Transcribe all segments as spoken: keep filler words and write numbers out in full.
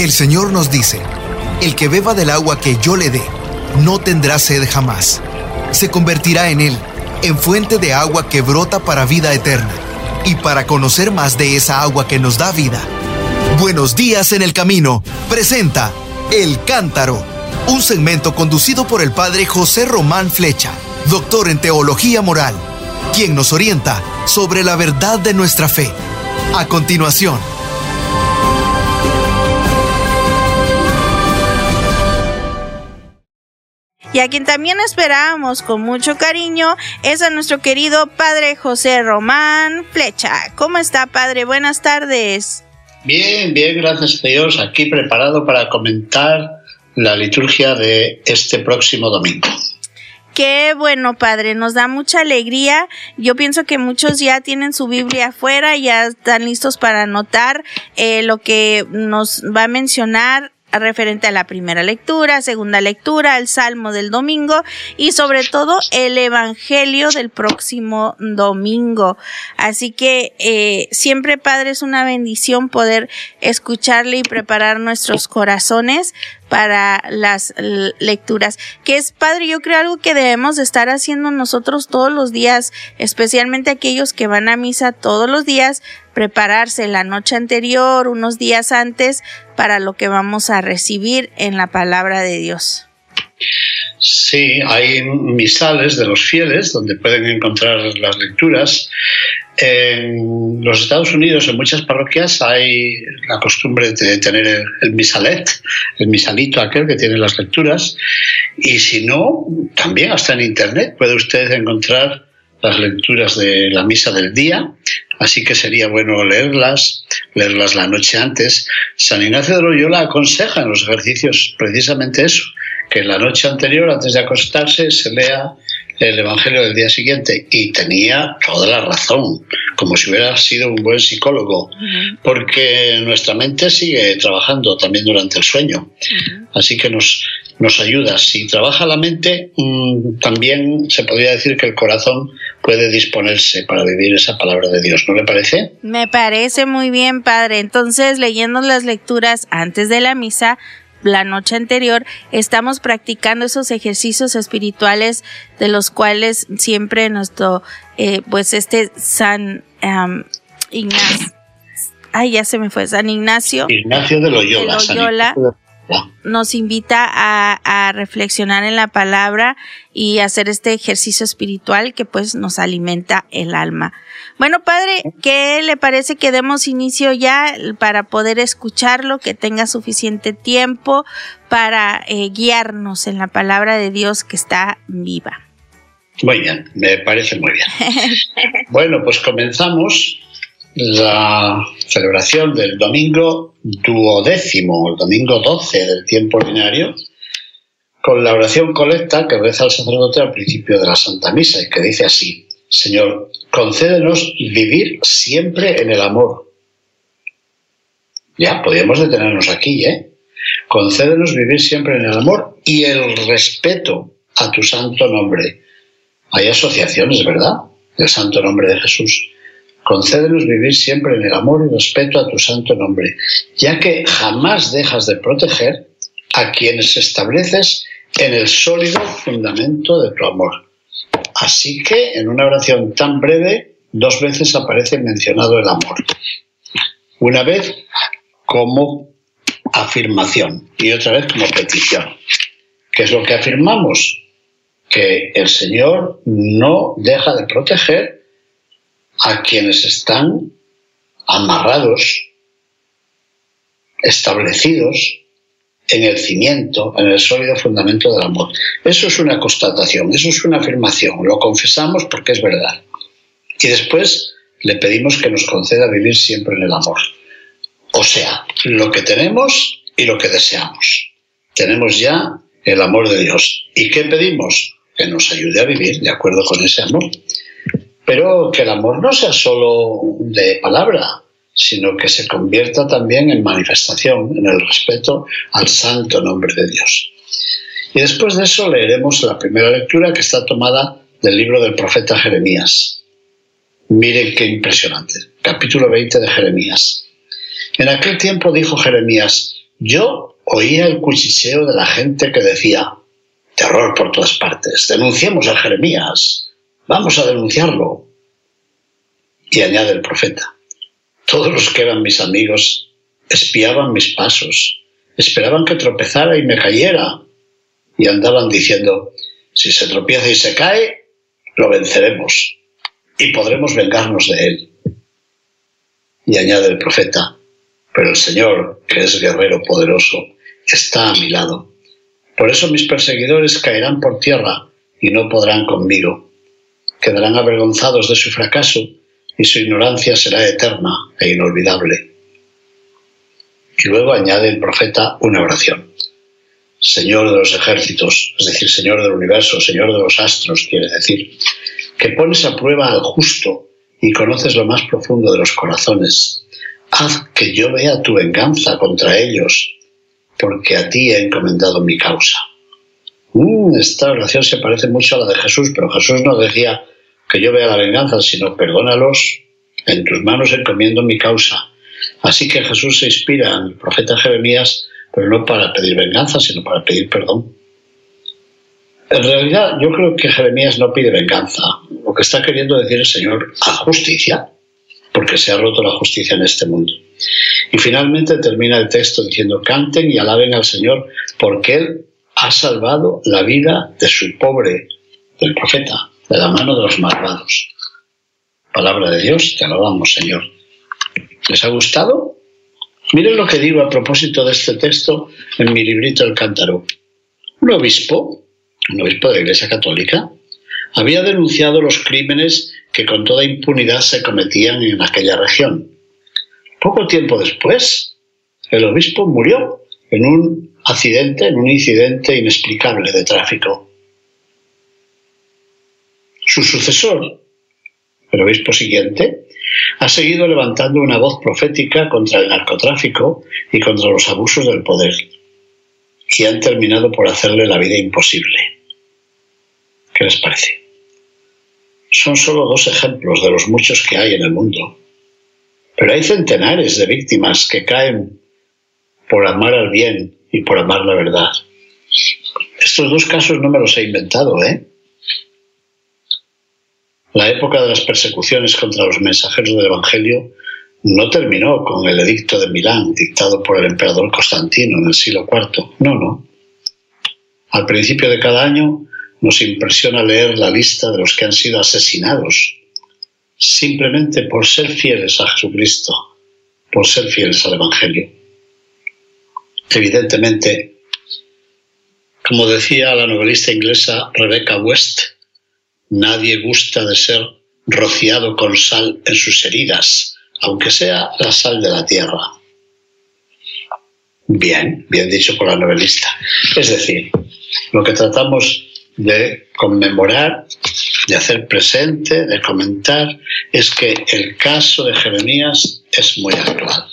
El Señor nos dice: el que beba del agua que yo le dé, no tendrá sed jamás. Se convertirá en él, en fuente de agua que brota para vida eterna. Y para conocer más de esa agua que nos da vida, Buenos Días en el Camino presenta El Cántaro, un segmento conducido por el padre José Román Flecha, doctor en Teología Moral, quien nos orienta sobre la verdad de nuestra fe. A continuación. Y a quien también esperamos con mucho cariño es a nuestro querido padre José Román Flecha. ¿Cómo está, padre? Buenas tardes. Bien, bien, gracias a Dios. Aquí preparado para comentar la liturgia de este próximo domingo. Qué bueno, padre, nos da mucha alegría. Yo pienso que muchos ya tienen su Biblia afuera, ya están listos para anotar eh, lo que nos va a mencionar referente a la primera lectura, segunda lectura, el Salmo del domingo y sobre todo el Evangelio del próximo domingo. Así que eh, siempre, padre, es una bendición poder escucharle y preparar nuestros corazones para las lecturas, que es, padre, yo creo algo que debemos de estar haciendo nosotros todos los días, especialmente aquellos que van a misa todos los días, prepararse la noche anterior, unos días antes, para lo que vamos a recibir en la palabra de Dios. Sí, hay misales de los fieles donde pueden encontrar las lecturas. En los Estados Unidos, en muchas parroquias, hay la costumbre de tener el, el misalet, el misalito aquel que tiene las lecturas, y si no, también hasta en internet puede usted encontrar las lecturas de la misa del día, así que sería bueno leerlas, leerlas la noche antes. San Ignacio de Loyola aconseja en los ejercicios precisamente eso, que la noche anterior, antes de acostarse, se lea el Evangelio del día siguiente, y tenía toda la razón, como si hubiera sido un buen psicólogo, uh-huh. porque nuestra mente sigue trabajando también durante el sueño, uh-huh. así que nos, nos ayuda. Si trabaja la mente, mmm, también se podría decir que el corazón puede disponerse para vivir esa palabra de Dios, ¿no le parece? Me parece muy bien, padre. Entonces, leyendo las lecturas antes de la misa, la noche anterior, estamos practicando esos ejercicios espirituales de los cuales siempre nuestro, eh, pues este San um, Ignacio, ay ya se me fue, San Ignacio, Ignacio de Loyola, de Loyola nos invita a, a reflexionar en la palabra y hacer este ejercicio espiritual que pues nos alimenta el alma. Bueno, padre, ¿qué le parece que demos inicio ya para poder escucharlo, que tenga suficiente tiempo para eh, guiarnos en la palabra de Dios que está viva? Muy bien, me parece muy bien. Bueno, pues comenzamos la celebración del domingo duodécimo, el domingo doce del tiempo ordinario, con la oración colecta que reza el sacerdote al principio de la Santa Misa y que dice así: Señor, concédenos vivir siempre en el amor. Ya, podríamos detenernos aquí, ¿eh? Concédenos vivir siempre en el amor y el respeto a tu santo nombre. Hay asociaciones, ¿verdad?, del santo nombre de Jesús. Concédenos vivir siempre en el amor y respeto a tu santo nombre, ya que jamás dejas de proteger a quienes estableces en el sólido fundamento de tu amor. Así que en una oración tan breve, dos veces aparece mencionado el amor. Una vez como afirmación y otra vez como petición. ¿Qué es lo que afirmamos? Que el Señor no deja de proteger a quienes están amarrados, establecidos en el cimiento, en el sólido fundamento del amor. Eso es una constatación, eso es una afirmación, lo confesamos porque es verdad. Y después le pedimos que nos conceda vivir siempre en el amor. O sea, lo que tenemos y lo que deseamos. Tenemos ya el amor de Dios. ¿Y qué pedimos? Que nos ayude a vivir de acuerdo con ese amor. Pero que el amor no sea solo de palabra, sino que se convierta también en manifestación, en el respeto al santo nombre de Dios. Y después de eso leeremos la primera lectura, que está tomada del libro del profeta Jeremías. Miren qué impresionante. Capítulo veinte de Jeremías. En aquel tiempo dijo Jeremías: yo oía el cuchicheo de la gente que decía: terror por todas partes, denunciemos a Jeremías, vamos a denunciarlo. Y añade el profeta: todos los que eran mis amigos espiaban mis pasos, esperaban que tropezara y me cayera, y andaban diciendo: si se tropieza y se cae, lo venceremos y podremos vengarnos de él. Y añade el profeta: pero el Señor, que es guerrero poderoso, está a mi lado. Por eso mis perseguidores caerán por tierra y no podrán conmigo. Quedarán avergonzados de su fracaso y su ignorancia será eterna e inolvidable. Y luego añade el profeta una oración: Señor de los ejércitos, es decir, Señor del universo, Señor de los astros, quiere decir, que pones a prueba al justo y conoces lo más profundo de los corazones. Haz que yo vea tu venganza contra ellos, porque a ti he encomendado mi causa. Mm, esta oración se parece mucho a la de Jesús, pero Jesús no decía que yo vea la venganza, sino perdónalos, en tus manos encomiendo mi causa. Así que Jesús se inspira en el profeta Jeremías, pero no para pedir venganza, sino para pedir perdón. En realidad, yo creo que Jeremías no pide venganza. Lo que está queriendo decir el Señor: haz justicia, porque se ha roto la justicia en este mundo. Y finalmente termina el texto diciendo: canten y alaben al Señor, porque Él ha salvado la vida de su pobre, del profeta, de la mano de los malvados. Palabra de Dios, te alabamos, Señor. ¿Les ha gustado? Miren lo que digo a propósito de este texto en mi librito El Cántaro. Un obispo, un obispo de la Iglesia Católica, había denunciado los crímenes que con toda impunidad se cometían en aquella región. Poco tiempo después, el obispo murió en un accidente, en un incidente inexplicable de tráfico. Su sucesor, el obispo siguiente, ha seguido levantando una voz profética contra el narcotráfico y contra los abusos del poder, y han terminado por hacerle la vida imposible. ¿Qué les parece? Son solo dos ejemplos de los muchos que hay en el mundo, pero hay centenares de víctimas que caen por amar al bien y por amar la verdad. Estos dos casos no me los he inventado, ¿eh? La época de las persecuciones contra los mensajeros del Evangelio no terminó con el edicto de Milán dictado por el emperador Constantino en el siglo cuarto. No, no. Al principio de cada año nos impresiona leer la lista de los que han sido asesinados simplemente por ser fieles a Jesucristo, por ser fieles al Evangelio. Evidentemente, como decía la novelista inglesa Rebecca West, nadie gusta de ser rociado con sal en sus heridas, aunque sea la sal de la tierra. Bien, bien dicho por la novelista. Es decir, lo que tratamos de conmemorar, de hacer presente, de comentar, es que el caso de Jeremías es muy actual.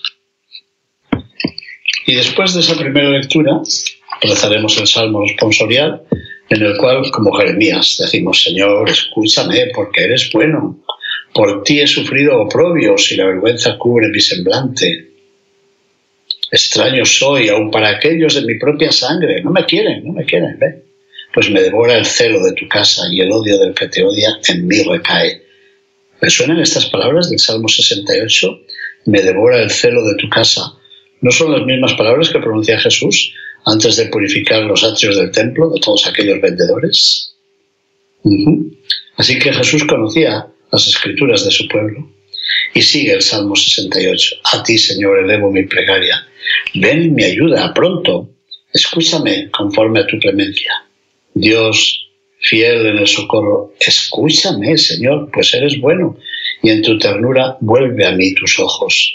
Y después de esa primera lectura, rezaremos el Salmo responsorial, en el cual, como Jeremías, decimos: Señor, escúchame, porque eres bueno. Por ti he sufrido oprobios y la vergüenza cubre mi semblante. Extraño soy, aun para aquellos de mi propia sangre. No me quieren, no me quieren, ¿ve? Pues me devora el celo de tu casa y el odio del que te odia en mí recae. ¿Me suenan estas palabras del Salmo sesenta y ocho? Me devora el celo de tu casa. ¿No son las mismas palabras que pronuncia Jesús antes de purificar los atrios del templo de todos aquellos vendedores? Uh-huh. Así que Jesús conocía las escrituras de su pueblo. Y sigue el Salmo sesenta y ocho. A ti, Señor, elevo mi plegaria. Ven mi ayuda pronto. Escúchame conforme a tu clemencia. Dios, fiel en el socorro, escúchame, Señor, pues eres bueno, y en tu ternura vuelve a mí tus ojos.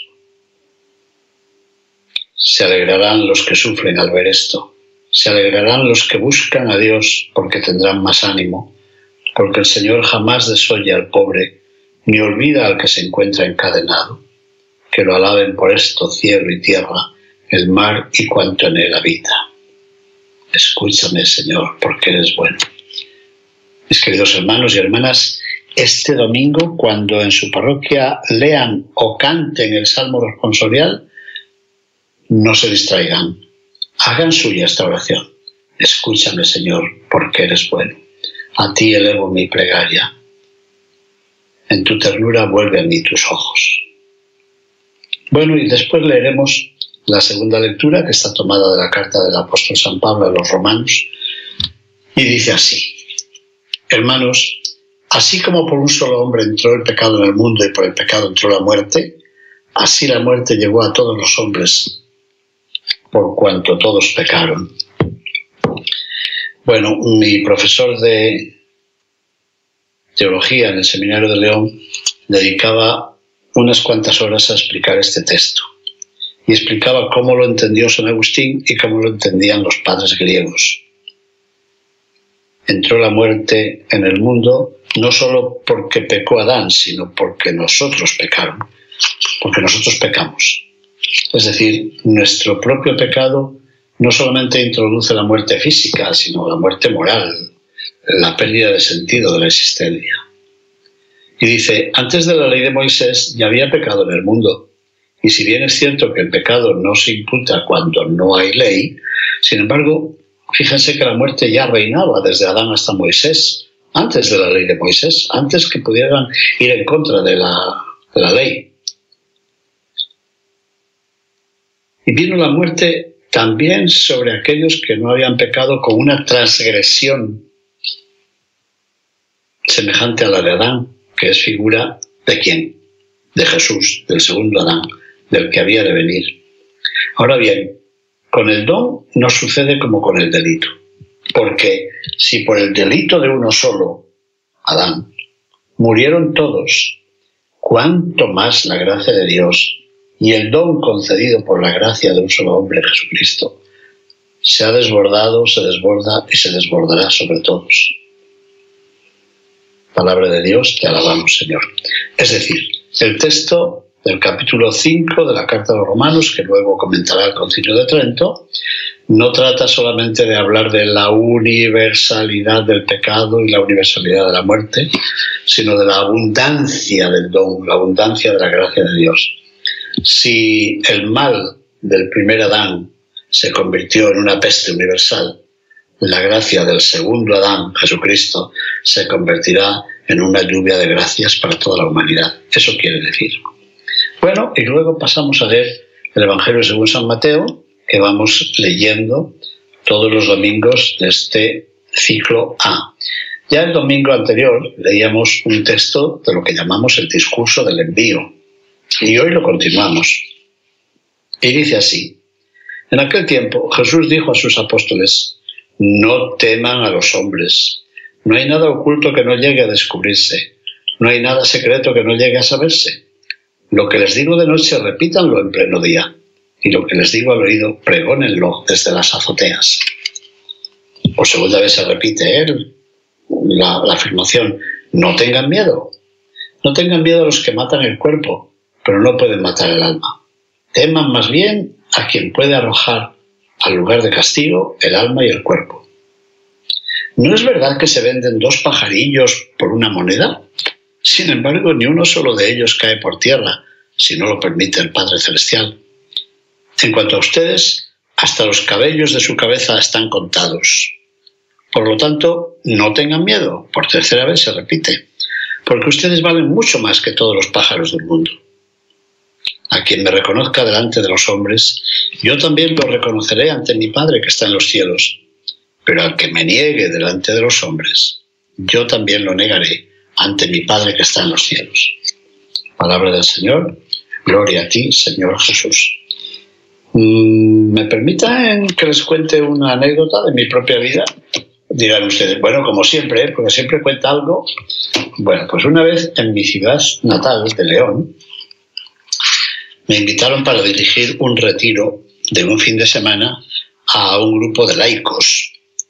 Se alegrarán los que sufren al ver esto. Se alegrarán los que buscan a Dios, porque tendrán más ánimo. Porque el Señor jamás desoye al pobre, ni olvida al que se encuentra encadenado. Que lo alaben por esto cielo y tierra, el mar y cuanto en él habita. Escúchame, Señor, porque eres bueno. Mis queridos hermanos y hermanas, este domingo, cuando en su parroquia lean o canten el Salmo responsorial, no se distraigan. Hagan suya esta oración. Escúchame, Señor, porque eres bueno. A ti elevo mi plegaria. En tu ternura vuelve a mí tus ojos. Bueno, y después leeremos la segunda lectura, que está tomada de la carta del apóstol San Pablo a los romanos, y dice así: hermanos, así como por un solo hombre entró el pecado en el mundo y por el pecado entró la muerte, así la muerte llegó a todos los hombres, por cuanto todos pecaron. Bueno, mi profesor de teología en el Seminario de León dedicaba unas cuantas horas a explicar este texto. Y explicaba cómo lo entendió San Agustín y cómo lo entendían los padres griegos. Entró la muerte en el mundo no solo porque pecó Adán, sino porque nosotros pecaron, porque nosotros pecamos. Es decir, nuestro propio pecado no solamente introduce la muerte física, sino la muerte moral, la pérdida de sentido de la existencia. Y dice, antes de la ley de Moisés ya había pecado en el mundo. Y si bien es cierto que el pecado no se imputa cuando no hay ley, sin embargo, fíjense que la muerte ya reinaba desde Adán hasta Moisés, antes de la ley de Moisés, antes que pudieran ir en contra de la, de la ley. Y vino la muerte también sobre aquellos que no habían pecado con una transgresión semejante a la de Adán, que es figura de quién, de Jesús, del segundo Adán, del que había de venir. Ahora bien, con el don no sucede como con el delito, porque si por el delito de uno solo, Adán, murieron todos, cuánto más la gracia de Dios y el don concedido por la gracia de un solo hombre, Jesucristo, se ha desbordado, se desborda y se desbordará sobre todos. Palabra de Dios, te alabamos, Señor. Es decir, el texto del capítulo cinco de la Carta de los Romanos, que luego comentará el Concilio de Trento, no trata solamente de hablar de la universalidad del pecado y la universalidad de la muerte, sino de la abundancia del don, la abundancia de la gracia de Dios. Si el mal del primer Adán se convirtió en una peste universal, la gracia del segundo Adán, Jesucristo, se convertirá en una lluvia de gracias para toda la humanidad. Eso quiere decir. Bueno, y luego pasamos a leer el Evangelio según San Mateo, que vamos leyendo todos los domingos de este ciclo A. Ya el domingo anterior leíamos un texto de lo que llamamos el discurso del envío, y hoy lo continuamos. Y dice así: en aquel tiempo Jesús dijo a sus apóstoles: no teman a los hombres, no hay nada oculto que no llegue a descubrirse, no hay nada secreto que no llegue a saberse. Lo que les digo de noche, repítanlo en pleno día, y lo que les digo al oído, pregónenlo desde las azoteas. Por segunda vez se repite él la, la afirmación: no tengan miedo, no tengan miedo a los que matan el cuerpo, pero no pueden matar el alma. Teman más bien a quien puede arrojar al lugar de castigo el alma y el cuerpo. ¿No es verdad que se venden dos pajarillos por una moneda? Sin embargo, ni uno solo de ellos cae por tierra, si no lo permite el Padre Celestial. En cuanto a ustedes, hasta los cabellos de su cabeza están contados. Por lo tanto, no tengan miedo, por tercera vez se repite, porque ustedes valen mucho más que todos los pájaros del mundo. A quien me reconozca delante de los hombres, yo también lo reconoceré ante mi Padre que está en los cielos. Pero al que me niegue delante de los hombres, yo también lo negaré ante mi Padre que está en los cielos. Palabra del Señor. Gloria a ti, Señor Jesús. Mm, ¿Me permitan que les cuente una anécdota de mi propia vida? Dirán ustedes, bueno, como siempre, ¿eh? Porque siempre cuenta algo. Bueno, pues una vez en mi ciudad natal de León, me invitaron para dirigir un retiro de un fin de semana a un grupo de laicos.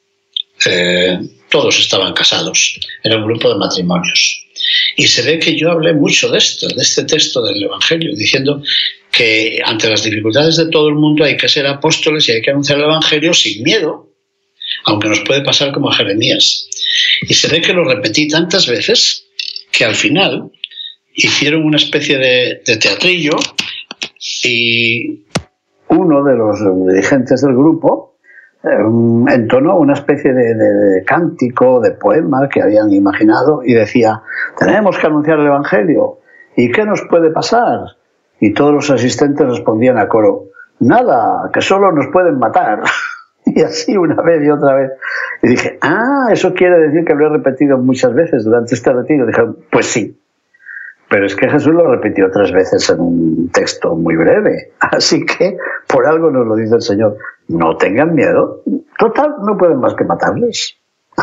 Eh, todos estaban casados, era un grupo de matrimonios. Y se ve que yo hablé mucho de esto, de este texto del Evangelio, diciendo que ante las dificultades de todo el mundo hay que ser apóstoles y hay que anunciar el Evangelio sin miedo, aunque nos puede pasar como a Jeremías. Y se ve que lo repetí tantas veces que al final hicieron una especie de, de teatrillo y uno de los dirigentes del grupo eh, entonó una especie de, de, de cántico, de poema que habían imaginado y decía: tenemos que anunciar el Evangelio, ¿y qué nos puede pasar? Y todos los asistentes respondían a coro: nada, que solo nos pueden matar. Y así una vez y otra vez. Y dije: ah, eso quiere decir que lo he repetido muchas veces durante este retiro. Dije: pues sí. Pero es que Jesús lo repitió tres veces en un texto muy breve. Así que por algo nos lo dice el Señor. No tengan miedo. Total, no pueden más que matarles.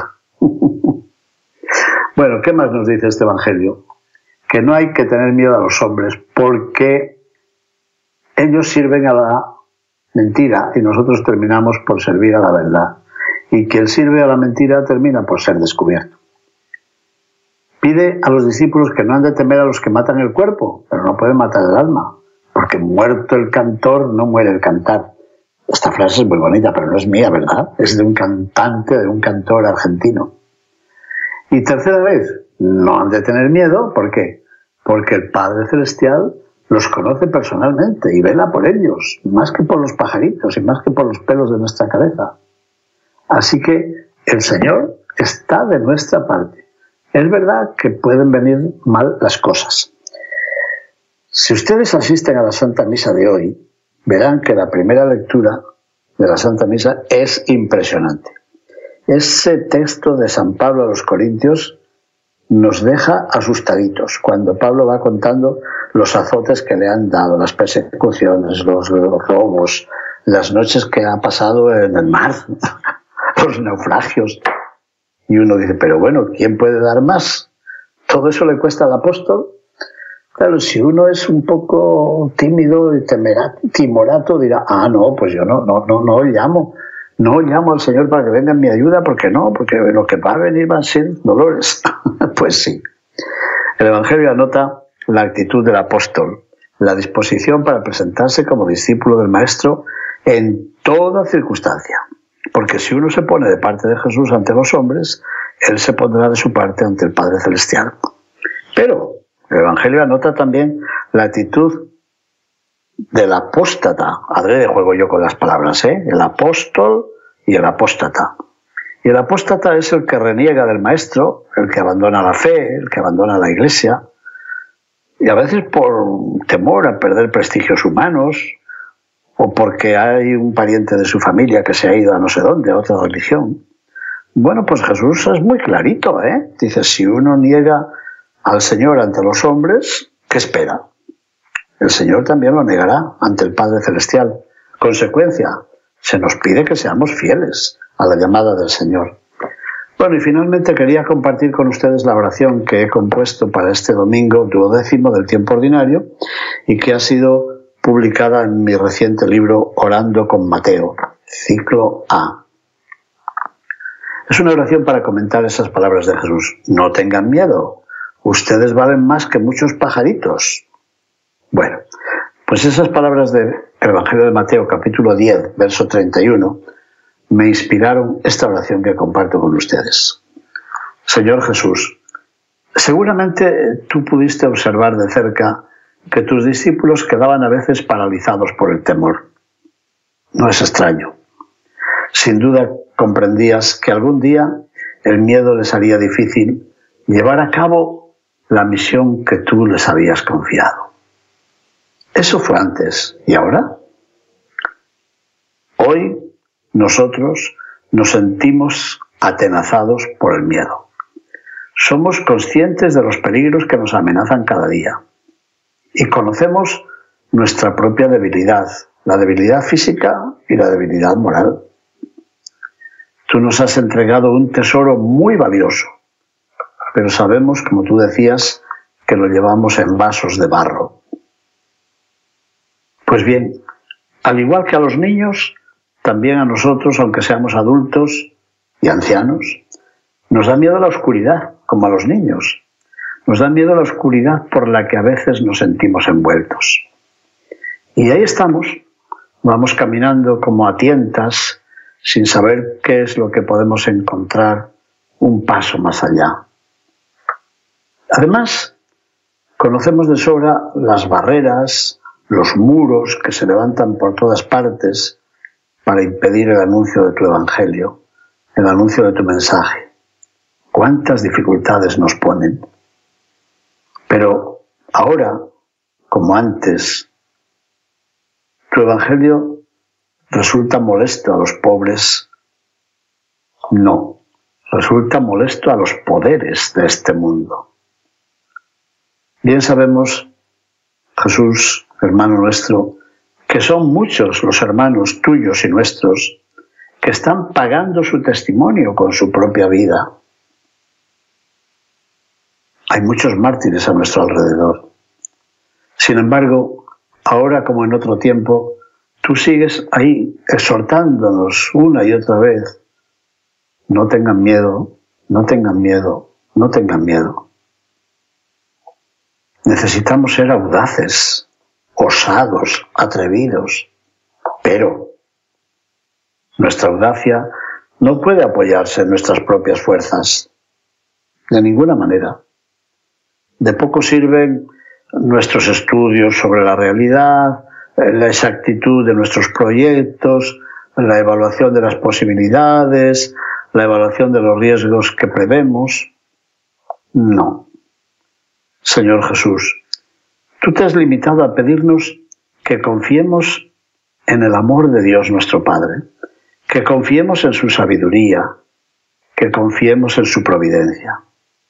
Bueno, ¿qué más nos dice este Evangelio? Que no hay que tener miedo a los hombres porque ellos sirven a la mentira y nosotros terminamos por servir a la verdad. Y quien sirve a la mentira termina por ser descubierto. Pide a los discípulos que no han de temer a los que matan el cuerpo, pero no pueden matar el alma, porque muerto el cantor no muere el cantar. Esta frase es muy bonita, pero no es mía, ¿verdad? Es de un cantante, de un cantor argentino. Y tercera vez, no han de tener miedo, ¿por qué? Porque el Padre Celestial los conoce personalmente y vela por ellos, más que por los pajaritos y más que por los pelos de nuestra cabeza. Así que el Señor está de nuestra parte. Es verdad que pueden venir mal las cosas. Si ustedes asisten a la Santa Misa de hoy, verán que la primera lectura de la Santa Misa es impresionante. Ese texto de San Pablo a los Corintios nos deja asustaditos cuando Pablo va contando los azotes que le han dado, las persecuciones, los, los robos, las noches que ha pasado en el mar, los naufragios. Y uno dice: pero bueno, ¿quién puede dar más? ¿Todo eso le cuesta al apóstol? Claro, si uno es un poco tímido y temerato, timorato, dirá: ah, no, pues yo no, no, no, no llamo, no llamo al Señor para que venga en mi ayuda, porque no, porque lo que va a venir van a ser dolores. Pues sí. El Evangelio anota la actitud del apóstol, la disposición para presentarse como discípulo del Maestro en toda circunstancia. Porque si uno se pone de parte de Jesús ante los hombres, Él se pondrá de su parte ante el Padre Celestial. Pero el Evangelio anota también la actitud del apóstata. Adrede juego yo con las palabras, ¿eh? El apóstol y el apóstata. Y el apóstata es el que reniega del Maestro, el que abandona la fe, el que abandona la Iglesia, y a veces por temor a perder prestigios humanos, o porque hay un pariente de su familia que se ha ido a no sé dónde, a otra religión. Bueno, pues Jesús es muy clarito, ¿eh? Dice: si uno niega al Señor ante los hombres, ¿qué espera? El Señor también lo negará ante el Padre Celestial. Consecuencia, se nos pide que seamos fieles a la llamada del Señor. Bueno, y finalmente quería compartir con ustedes la oración que he compuesto para este domingo duodécimo del tiempo ordinario y que ha sido publicada en mi reciente libro Orando con Mateo, ciclo A. Es una oración para comentar esas palabras de Jesús. No tengan miedo, ustedes valen más que muchos pajaritos. Bueno, pues esas palabras del Evangelio de Mateo, capítulo diez, verso treinta y uno, me inspiraron esta oración que comparto con ustedes. Señor Jesús, seguramente tú pudiste observar de cerca que tus discípulos quedaban a veces paralizados por el temor. No es extraño. Sin duda comprendías que algún día el miedo les haría difícil llevar a cabo la misión que tú les habías confiado. Eso fue antes. ¿Y ahora? Hoy nosotros nos sentimos atenazados por el miedo. Somos conscientes de los peligros que nos amenazan cada día. Y conocemos nuestra propia debilidad, la debilidad física y la debilidad moral. Tú nos has entregado un tesoro muy valioso, pero sabemos, como tú decías, que lo llevamos en vasos de barro. Pues bien, al igual que a los niños, también a nosotros, aunque seamos adultos y ancianos, nos da miedo la oscuridad, como a los niños. Nos da miedo la oscuridad por la que a veces nos sentimos envueltos. Y ahí estamos, vamos caminando como a tientas, sin saber qué es lo que podemos encontrar un paso más allá. Además, conocemos de sobra las barreras, los muros que se levantan por todas partes para impedir el anuncio de tu evangelio, el anuncio de tu mensaje. ¿Cuántas dificultades nos ponen? Pero ahora, como antes, tu evangelio resulta molesto a los pobres. No, resulta molesto a los poderes de este mundo. Bien sabemos, Jesús, hermano nuestro, que son muchos los hermanos tuyos y nuestros que están pagando su testimonio con su propia vida. Hay muchos mártires a nuestro alrededor. Sin embargo, ahora como en otro tiempo, tú sigues ahí exhortándonos una y otra vez. No tengan miedo, no tengan miedo, no tengan miedo. Necesitamos ser audaces, osados, atrevidos, pero nuestra audacia no puede apoyarse en nuestras propias fuerzas, de ninguna manera. De poco sirven nuestros estudios sobre la realidad, la exactitud de nuestros proyectos, la evaluación de las posibilidades, la evaluación de los riesgos que prevemos. No. Señor Jesús, tú te has limitado a pedirnos que confiemos en el amor de Dios nuestro Padre, que confiemos en su sabiduría, que confiemos en su providencia.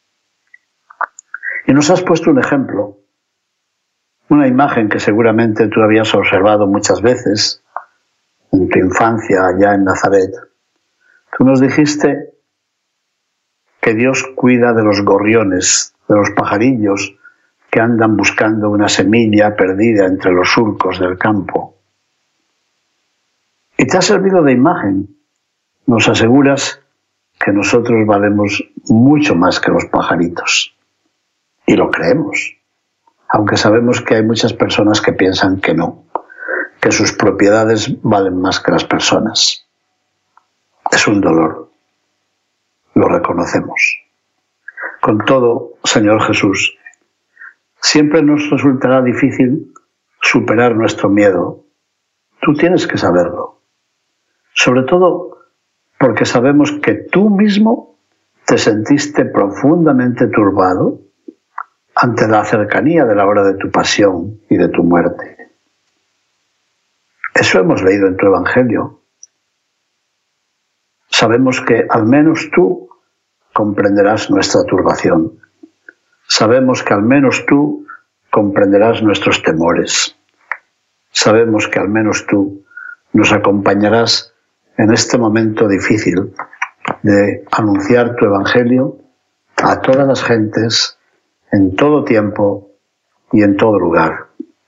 Y nos has puesto un ejemplo, una imagen que seguramente tú habías observado muchas veces en tu infancia allá en Nazaret. Tú nos dijiste que Dios cuida de los gorriones, de los pajarillos que andan buscando una semilla perdida entre los surcos del campo. Y te ha servido de imagen. Nos aseguras que nosotros valemos mucho más que los pajaritos. Y lo creemos, aunque sabemos que hay muchas personas que piensan que no, que sus propiedades valen más que las personas. Es un dolor, lo reconocemos. Con todo, Señor Jesús, siempre nos resultará difícil superar nuestro miedo. Tú tienes que saberlo. Sobre todo porque sabemos que tú mismo te sentiste profundamente turbado ante la cercanía de la hora de tu pasión y de tu muerte. Eso hemos leído en tu Evangelio. Sabemos que al menos tú comprenderás nuestra turbación. Sabemos que al menos tú comprenderás nuestros temores. Sabemos que al menos tú nos acompañarás en este momento difícil de anunciar tu Evangelio a todas las gentes, en todo tiempo y en todo lugar.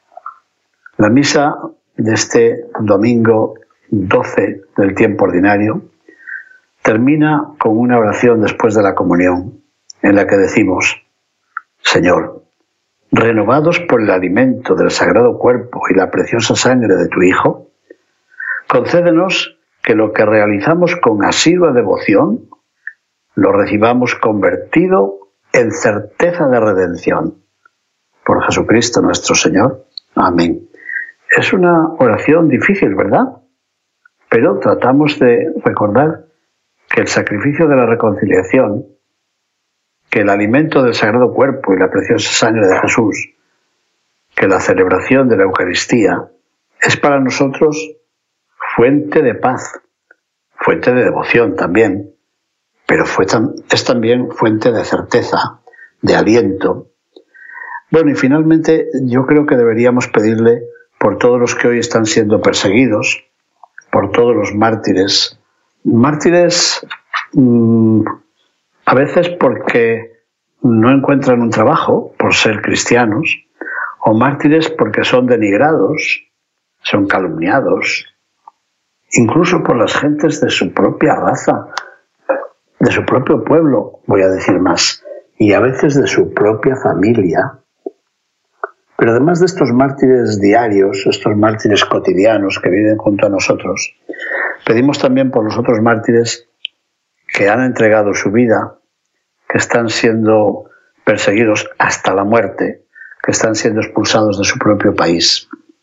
La misa de este domingo doce del tiempo ordinario termina con una oración después de la comunión, en la que decimos: Señor, renovados por el alimento del sagrado cuerpo y la preciosa sangre de tu Hijo, concédenos que lo que realizamos con asidua devoción lo recibamos convertido en certeza de redención. Por Jesucristo nuestro Señor. Amén. Es una oración difícil, ¿verdad? Pero tratamos de recordar que el sacrificio de la reconciliación, que el alimento del sagrado cuerpo y la preciosa sangre de Jesús, que la celebración de la Eucaristía es para nosotros fuente de paz, fuente de devoción también, pero fue tan, es también fuente de certeza, de aliento. Bueno, y finalmente yo creo que deberíamos pedirle por todos los que hoy están siendo perseguidos, por todos los mártires. Mártires mmm, a veces porque no encuentran un trabajo por ser cristianos, o mártires porque son denigrados, son calumniados, incluso por las gentes de su propia raza, de su propio pueblo, voy a decir más, y a veces de su propia familia. Pero además de estos mártires diarios, estos mártires cotidianos que viven junto a nosotros, pedimos también por los otros mártires que han entregado su vida, que están siendo perseguidos hasta la muerte, que están siendo expulsados de su propio país.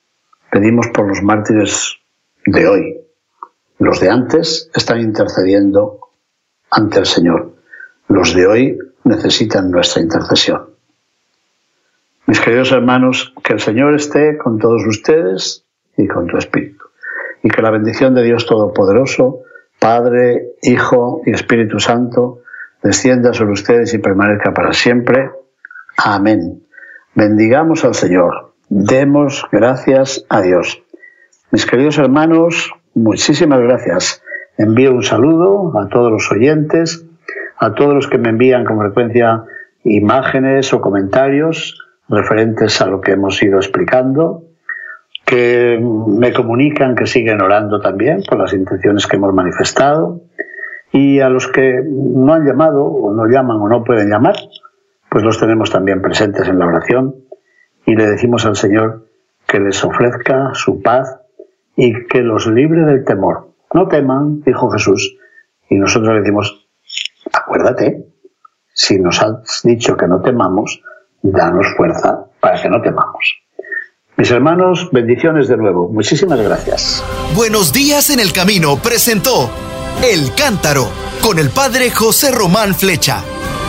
Pedimos por los mártires de hoy. Los de antes están intercediendo ante el Señor. Los de hoy necesitan nuestra intercesión. Mis queridos hermanos, que el Señor esté con todos ustedes y con tu espíritu. Y que la bendición de Dios Todopoderoso, Padre, Hijo y Espíritu Santo, descienda sobre ustedes y permanezca para siempre. Amén. Bendigamos al Señor. Demos gracias a Dios. Mis queridos hermanos, muchísimas gracias. Envío un saludo a todos los oyentes, a todos los que me envían con frecuencia imágenes o comentarios referentes a lo que hemos ido explicando, que me comunican que siguen orando también por las intenciones que hemos manifestado, y a los que no han llamado o no llaman o no pueden llamar, pues los tenemos también presentes en la oración y le decimos al Señor que les ofrezca su paz y que los libre del temor. No teman, dijo Jesús, y nosotros le decimos, acuérdate, si nos has dicho que no temamos, danos fuerza para que no temamos. Mis hermanos, bendiciones de nuevo. Muchísimas gracias. Buenos días en el camino presentó El Cántaro con el Padre José Román Flecha.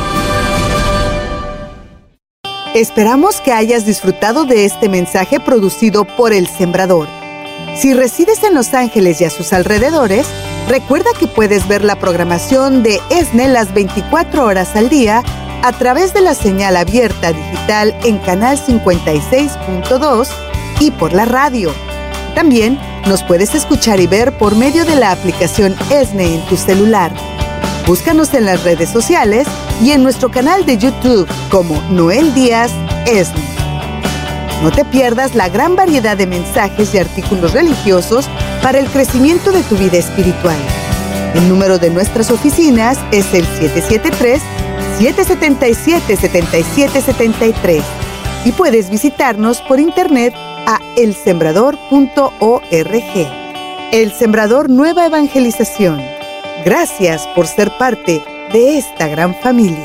Esperamos que hayas disfrutado de este mensaje producido por El Sembrador. Si resides en Los Ángeles y a sus alrededores, recuerda que puedes ver la programación de ESNE las veinticuatro horas al día a través de la señal abierta digital en Canal cincuenta y seis punto dos y por la radio. También nos puedes escuchar y ver por medio de la aplicación ESNE en tu celular. Búscanos en las redes sociales y en nuestro canal de YouTube como Noel Díaz ESNE. No te pierdas la gran variedad de mensajes y artículos religiosos para el crecimiento de tu vida espiritual. El número de nuestras oficinas es el siete siete tres, siete siete siete, siete siete siete tres y puedes visitarnos por internet a el sembrador punto org. El Sembrador Nueva Evangelización. Gracias por ser parte de esta gran familia.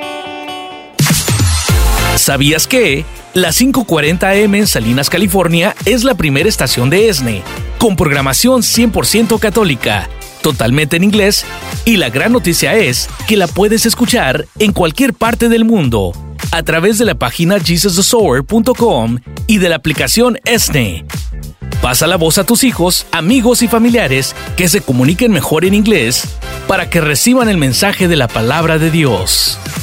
¿Sabías que la quinientos cuarenta A M en Salinas, California, es la primera estación de ESNE, con programación cien por ciento católica, totalmente en inglés, y la gran noticia es que la puedes escuchar en cualquier parte del mundo, a través de la página jesus the sower punto com y de la aplicación ESNE. Pasa la voz a tus hijos, amigos y familiares que se comuniquen mejor en inglés para que reciban el mensaje de la palabra de Dios.